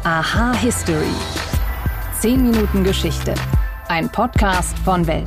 Aha History. 10 Minuten Geschichte. Ein Podcast von Welt.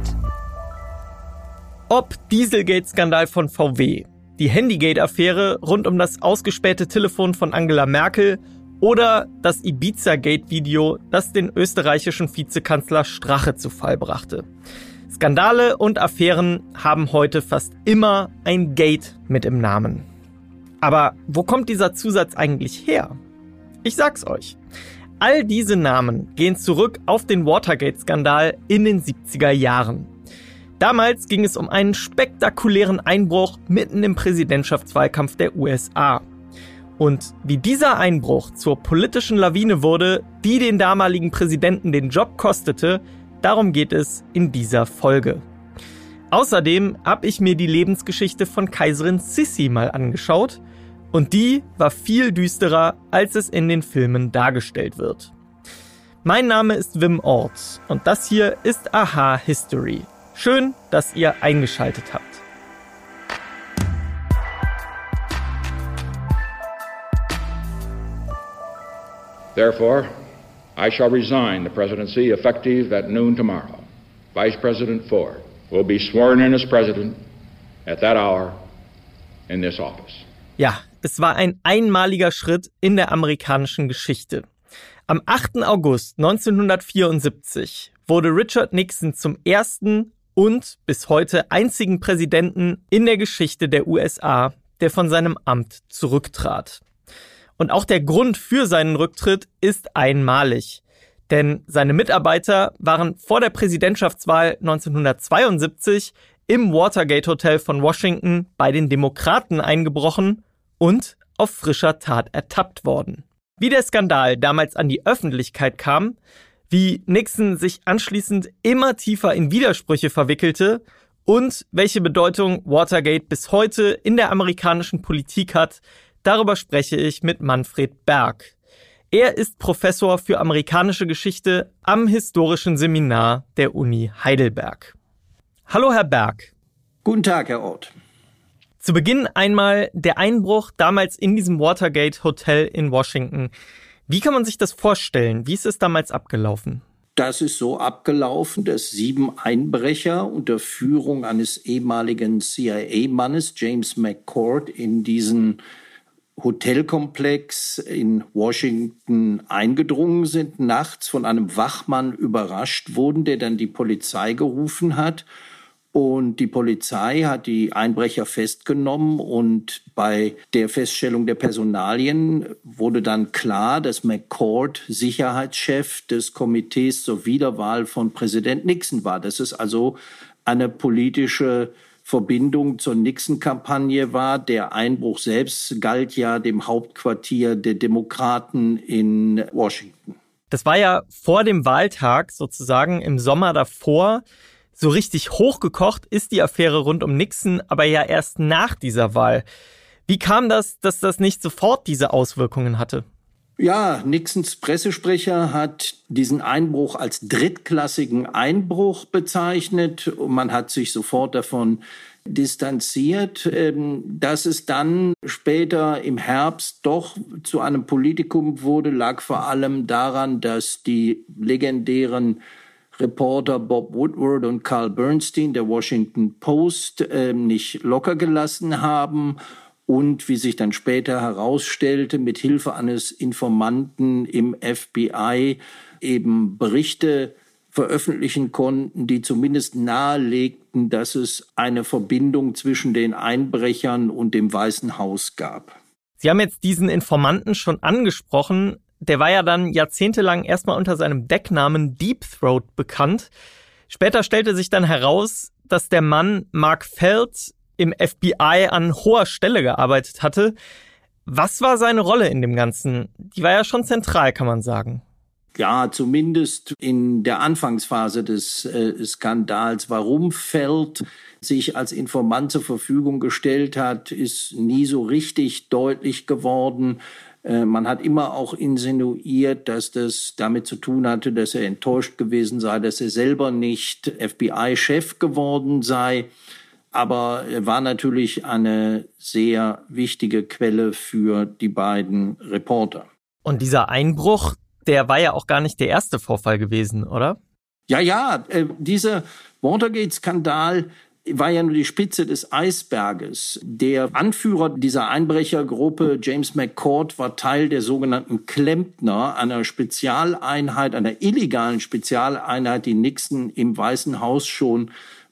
Ob Dieselgate-Skandal von VW, die Handygate-Affäre rund um das ausgespähte Telefon von Angela Merkel oder das Ibiza-Gate-Video, das den österreichischen Vizekanzler Strache zu Fall brachte. Skandale und Affären haben heute fast immer ein Gate mit im Namen. Aber wo kommt dieser Zusatz eigentlich her? Ich sag's euch. All diese Namen gehen zurück auf den Watergate-Skandal in den 70er Jahren. Damals ging es um einen spektakulären Einbruch mitten im Präsidentschaftswahlkampf der USA. Und wie dieser Einbruch zur politischen Lawine wurde, die den damaligen Präsidenten den Job kostete, darum geht es in dieser Folge. Außerdem habe ich mir die Lebensgeschichte von Kaiserin Sissi mal angeschaut. Und die war viel düsterer, als es in den Filmen dargestellt wird. Mein Name ist Wim Orts und das hier ist Aha History. Schön, dass ihr eingeschaltet habt. Therefore, I shall resign the presidency effective at noon tomorrow. Vice President Ford will be sworn in as president at that hour in this office. Ja, es war ein einmaliger Schritt in der amerikanischen Geschichte. Am 8. August 1974 wurde Richard Nixon zum ersten und bis heute einzigen Präsidenten in der Geschichte der USA, der von seinem Amt zurücktrat. Und auch der Grund für seinen Rücktritt ist einmalig. Denn seine Mitarbeiter waren vor der Präsidentschaftswahl 1972 im Watergate Hotel von Washington bei den Demokraten eingebrochen und auf frischer Tat ertappt worden. Wie der Skandal damals an die Öffentlichkeit kam, wie Nixon sich anschließend immer tiefer in Widersprüche verwickelte und welche Bedeutung Watergate bis heute in der amerikanischen Politik hat, darüber spreche ich mit Manfred Berg. Er ist Professor für amerikanische Geschichte am Historischen Seminar der Uni Heidelberg. Hallo, Herr Berg. Guten Tag, Herr Ort. Zu Beginn einmal der Einbruch damals in diesem Watergate Hotel in Washington. Wie kann man sich das vorstellen? Wie ist es damals abgelaufen? Das ist so abgelaufen, dass 7 Einbrecher unter Führung eines ehemaligen CIA-Mannes, James McCord, in diesen Hotelkomplex in Washington eingedrungen sind, nachts von einem Wachmann überrascht wurden, der dann die Polizei gerufen hat. Und die Polizei hat die Einbrecher festgenommen und bei der Feststellung der Personalien wurde dann klar, dass McCord Sicherheitschef des Komitees zur Wiederwahl von Präsident Nixon war. Dass es also eine politische Verbindung zur Nixon-Kampagne war. Der Einbruch selbst galt ja dem Hauptquartier der Demokraten in Washington. Das war ja vor dem Wahltag sozusagen im Sommer davor. So richtig hochgekocht ist die Affäre rund um Nixon, aber ja erst nach dieser Wahl. Wie kam das, dass das nicht sofort diese Auswirkungen hatte? Ja, Nixons Pressesprecher hat diesen Einbruch als drittklassigen Einbruch bezeichnet und man hat sich sofort davon distanziert. Dass es dann später im Herbst doch zu einem Politikum wurde, lag vor allem daran, dass die legendären Reporter Bob Woodward und Carl Bernstein der Washington Post nicht locker gelassen haben und, wie sich dann später herausstellte, mit Hilfe eines Informanten im FBI eben Berichte veröffentlichen konnten, die zumindest nahelegten, dass es eine Verbindung zwischen den Einbrechern und dem Weißen Haus gab. Sie haben jetzt diesen Informanten schon angesprochen. Der war ja dann jahrzehntelang erstmal unter seinem Decknamen Deep Throat bekannt. Später stellte sich dann heraus, dass der Mann Mark Felt im FBI an hoher Stelle gearbeitet hatte. Was war seine Rolle in dem Ganzen? Die war ja schon zentral, kann man sagen. Ja, zumindest in der Anfangsphase des Skandals. Warum Felt sich als Informant zur Verfügung gestellt hat, ist nie so richtig deutlich geworden. Man hat immer auch insinuiert, dass das damit zu tun hatte, dass er enttäuscht gewesen sei, dass er selber nicht FBI-Chef geworden sei. Aber er war natürlich eine sehr wichtige Quelle für die beiden Reporter. Und dieser Einbruch, der war ja auch gar nicht der erste Vorfall gewesen, oder? Ja, dieser Watergate-Skandal war ja nur die Spitze des Eisberges. Der Anführer dieser Einbrechergruppe, James McCord, war Teil der sogenannten Klempner, einer Spezialeinheit, einer illegalen Spezialeinheit, die Nixon im Weißen Haus schon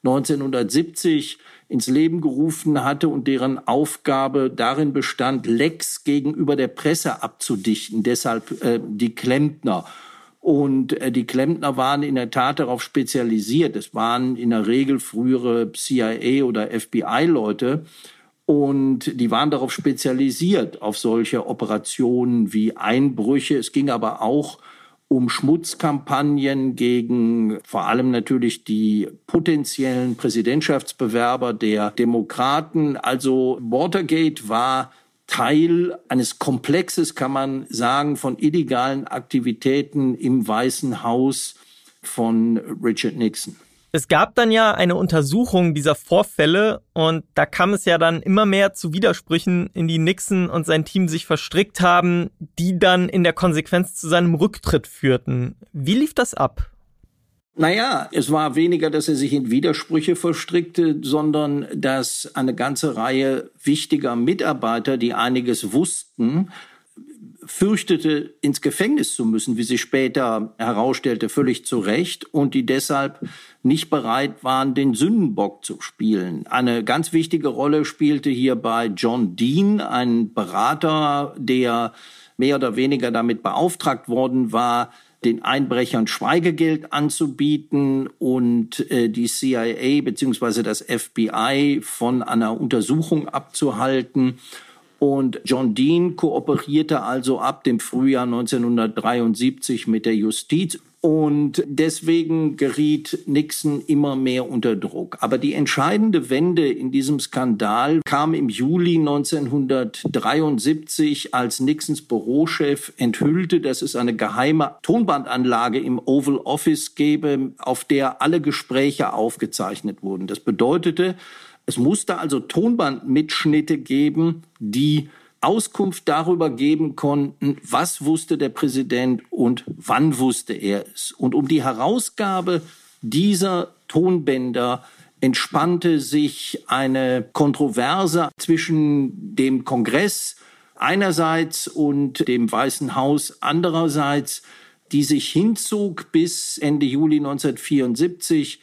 1970 ins Leben gerufen hatte und deren Aufgabe darin bestand, Lecks gegenüber der Presse abzudichten. Deshalb die Klempner. Und die Klempner waren in der Tat darauf spezialisiert. Es waren in der Regel frühere CIA- oder FBI-Leute. Und die waren darauf spezialisiert, auf solche Operationen wie Einbrüche. Es ging aber auch um Schmutzkampagnen gegen vor allem natürlich die potenziellen Präsidentschaftsbewerber der Demokraten. Also Watergate war Teil eines Komplexes, kann man sagen, von illegalen Aktivitäten im Weißen Haus von Richard Nixon. Es gab dann ja eine Untersuchung dieser Vorfälle und da kam es ja dann immer mehr zu Widersprüchen, in die Nixon und sein Team sich verstrickt haben, die dann in der Konsequenz zu seinem Rücktritt führten. Wie lief das ab? Naja, es war weniger, dass er sich in Widersprüche verstrickte, sondern dass eine ganze Reihe wichtiger Mitarbeiter, die einiges wussten, fürchtete, ins Gefängnis zu müssen, wie sich später herausstellte, völlig zu Recht, und die deshalb nicht bereit waren, den Sündenbock zu spielen. Eine ganz wichtige Rolle spielte hierbei John Dean, ein Berater, der mehr oder weniger damit beauftragt worden war, den Einbrechern Schweigegeld anzubieten und die CIA bzw. das FBI von einer Untersuchung abzuhalten. Und John Dean kooperierte also ab dem Frühjahr 1973 mit der Justiz. Und deswegen geriet Nixon immer mehr unter Druck. Aber die entscheidende Wende in diesem Skandal kam im Juli 1973, als Nixons Bürochef enthüllte, dass es eine geheime Tonbandanlage im Oval Office gäbe, auf der alle Gespräche aufgezeichnet wurden. Das bedeutete, es musste also Tonbandmitschnitte geben, die Auskunft darüber geben konnten, was wusste der Präsident und wann wusste er es. Und um die Herausgabe dieser Tonbänder entspannte sich eine Kontroverse zwischen dem Kongress einerseits und dem Weißen Haus andererseits, die sich hinzog bis Ende Juli 1974.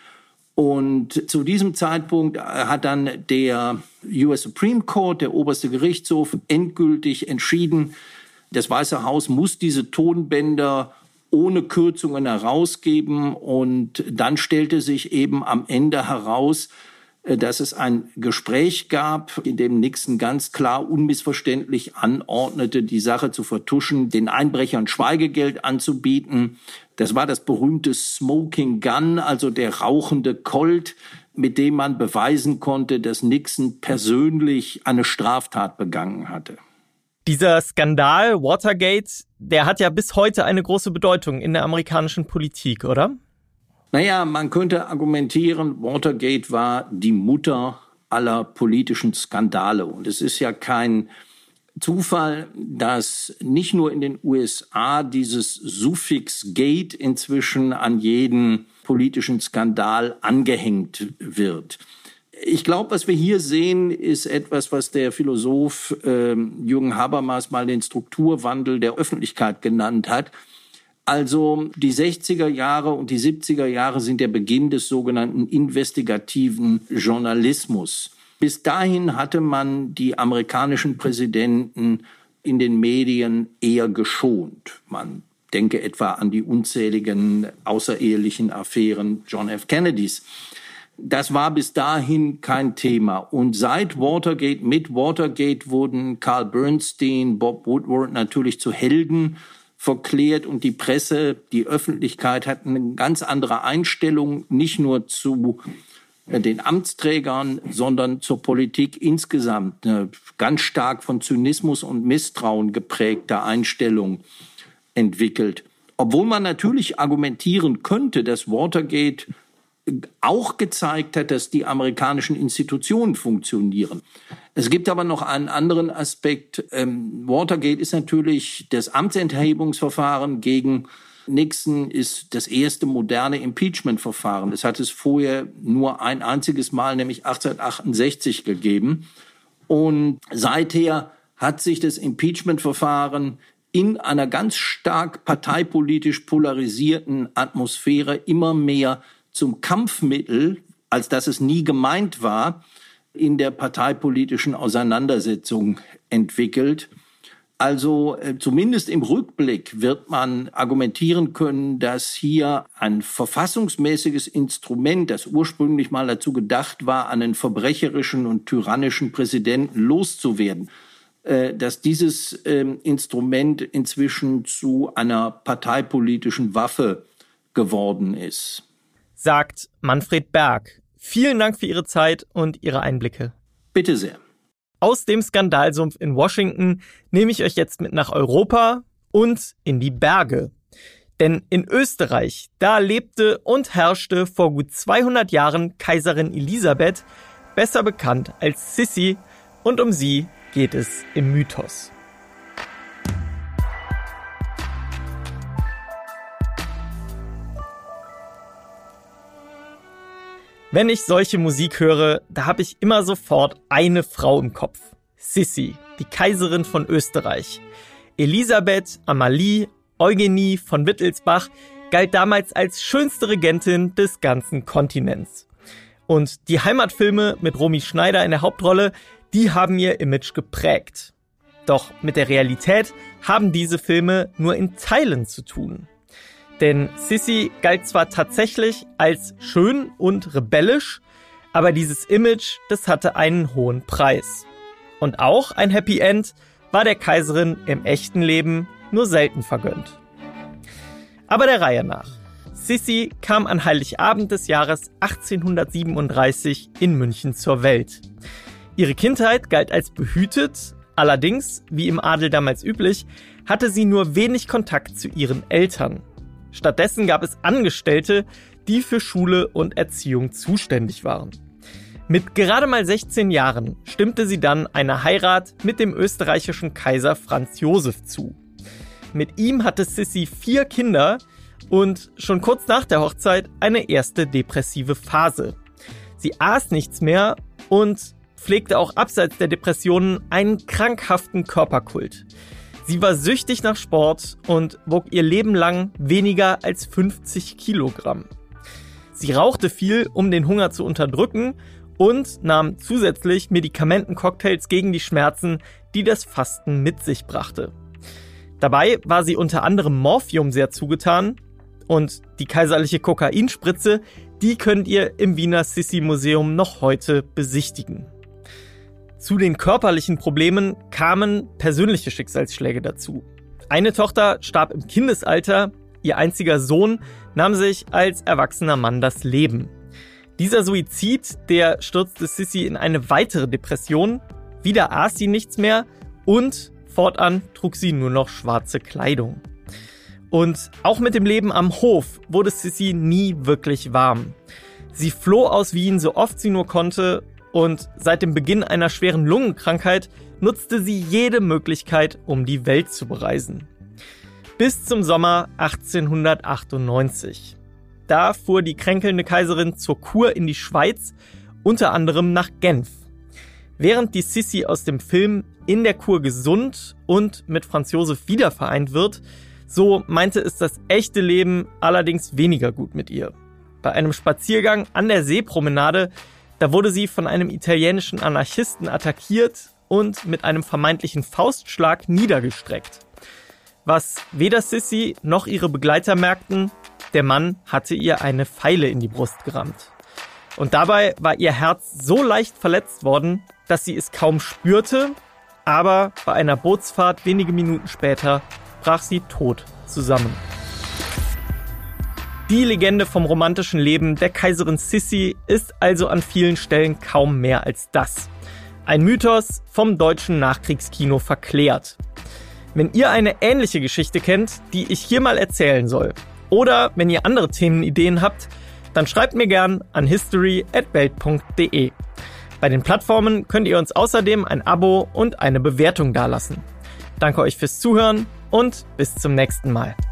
Und zu diesem Zeitpunkt hat dann der US Supreme Court, der oberste Gerichtshof, endgültig entschieden, das Weiße Haus muss diese Tonbänder ohne Kürzungen herausgeben. Und dann stellte sich eben am Ende heraus, dass es ein Gespräch gab, in dem Nixon ganz klar unmissverständlich anordnete, die Sache zu vertuschen, den Einbrechern Schweigegeld anzubieten. Das war das berühmte Smoking Gun, also der rauchende Colt, mit dem man beweisen konnte, dass Nixon persönlich eine Straftat begangen hatte. Dieser Skandal Watergate, der hat ja bis heute eine große Bedeutung in der amerikanischen Politik, oder? Naja, man könnte argumentieren, Watergate war die Mutter aller politischen Skandale. Und es ist ja kein Zufall, dass nicht nur in den USA dieses Suffix Gate inzwischen an jeden politischen Skandal angehängt wird. Ich glaube, was wir hier sehen, ist etwas, was der Philosoph Jürgen Habermas mal den Strukturwandel der Öffentlichkeit genannt hat. Also die 60er Jahre und die 70er Jahre sind der Beginn des sogenannten investigativen Journalismus. Bis dahin hatte man die amerikanischen Präsidenten in den Medien eher geschont. Man denke etwa an die unzähligen außerehelichen Affären John F. Kennedys. Das war bis dahin kein Thema. Und seit Watergate, mit Watergate wurden Carl Bernstein, Bob Woodward natürlich zu Helden verklärt, und die Presse, die Öffentlichkeit hat eine ganz andere Einstellung, nicht nur zu den Amtsträgern, sondern zur Politik insgesamt. Eine ganz stark von Zynismus und Misstrauen geprägte Einstellung entwickelt. Obwohl man natürlich argumentieren könnte, dass Watergate auch gezeigt hat, dass die amerikanischen Institutionen funktionieren. Es gibt aber noch einen anderen Aspekt. Watergate ist natürlich das Amtsenthebungsverfahren gegen Nixon, ist das erste moderne Impeachment-Verfahren. Es hat es vorher nur ein einziges Mal, nämlich 1868, gegeben. Und seither hat sich das Impeachment-Verfahren in einer ganz stark parteipolitisch polarisierten Atmosphäre immer mehr zum Kampfmittel, als dass es nie gemeint war, in der parteipolitischen Auseinandersetzung entwickelt. Also zumindest im Rückblick wird man argumentieren können, dass hier ein verfassungsmäßiges Instrument, das ursprünglich mal dazu gedacht war, einen verbrecherischen und tyrannischen Präsidenten loszuwerden, dass dieses Instrument inzwischen zu einer parteipolitischen Waffe geworden ist. Sagt Manfred Berg. Vielen Dank für Ihre Zeit und Ihre Einblicke. Bitte sehr. Aus dem Skandalsumpf in Washington nehme ich euch jetzt mit nach Europa und in die Berge. Denn in Österreich, da lebte und herrschte vor gut 200 Jahren Kaiserin Elisabeth, besser bekannt als Sissi, und um sie geht es im Mythos. Wenn ich solche Musik höre, da habe ich immer sofort eine Frau im Kopf. Sissi, die Kaiserin von Österreich. Elisabeth Amalie Eugenie von Wittelsbach galt damals als schönste Regentin des ganzen Kontinents. Und die Heimatfilme mit Romy Schneider in der Hauptrolle, die haben ihr Image geprägt. Doch mit der Realität haben diese Filme nur in Teilen zu tun. Denn Sissi galt zwar tatsächlich als schön und rebellisch, aber dieses Image, das hatte einen hohen Preis. Und auch ein Happy End war der Kaiserin im echten Leben nur selten vergönnt. Aber der Reihe nach. Sissi kam an Heiligabend des Jahres 1837 in München zur Welt. Ihre Kindheit galt als behütet, allerdings, wie im Adel damals üblich, hatte sie nur wenig Kontakt zu ihren Eltern. Stattdessen gab es Angestellte, die für Schule und Erziehung zuständig waren. Mit gerade mal 16 Jahren stimmte sie dann einer Heirat mit dem österreichischen Kaiser Franz Josef zu. Mit ihm hatte Sissi 4 Kinder und schon kurz nach der Hochzeit eine erste depressive Phase. Sie aß nichts mehr und pflegte auch abseits der Depressionen einen krankhaften Körperkult. Sie war süchtig nach Sport und wog ihr Leben lang weniger als 50 Kilogramm. Sie rauchte viel, um den Hunger zu unterdrücken, und nahm zusätzlich Medikamentencocktails gegen die Schmerzen, die das Fasten mit sich brachte. Dabei war sie unter anderem Morphium sehr zugetan, und die kaiserliche Kokainspritze, die könnt ihr im Wiener Sissi-Museum noch heute besichtigen. Zu den körperlichen Problemen kamen persönliche Schicksalsschläge dazu. Eine Tochter starb im Kindesalter, ihr einziger Sohn nahm sich als erwachsener Mann das Leben. Dieser Suizid, der stürzte Sissi in eine weitere Depression, wieder aß sie nichts mehr und fortan trug sie nur noch schwarze Kleidung. Und auch mit dem Leben am Hof wurde Sissi nie wirklich warm. Sie floh aus Wien so oft sie nur konnte, und seit dem Beginn einer schweren Lungenkrankheit nutzte sie jede Möglichkeit, um die Welt zu bereisen. Bis zum Sommer 1898. Da fuhr die kränkelnde Kaiserin zur Kur in die Schweiz, unter anderem nach Genf. Während die Sissi aus dem Film in der Kur gesund und mit Franz Josef wiedervereint wird, so meinte es das echte Leben allerdings weniger gut mit ihr. Bei einem Spaziergang an der Seepromenade, da wurde sie von einem italienischen Anarchisten attackiert und mit einem vermeintlichen Faustschlag niedergestreckt. Was weder Sissi noch ihre Begleiter merkten, der Mann hatte ihr eine Feile in die Brust gerammt. Und dabei war ihr Herz so leicht verletzt worden, dass sie es kaum spürte, aber bei einer Bootsfahrt wenige Minuten später brach sie tot zusammen. Die Legende vom romantischen Leben der Kaiserin Sissi ist also an vielen Stellen kaum mehr als das. Ein Mythos vom deutschen Nachkriegskino verklärt. Wenn ihr eine ähnliche Geschichte kennt, die ich hier mal erzählen soll, oder wenn ihr andere Themenideen habt, Dann schreibt mir gern an history@welt.de. Bei den Plattformen könnt ihr uns außerdem ein Abo und eine Bewertung dalassen. Danke euch fürs Zuhören und bis zum nächsten Mal.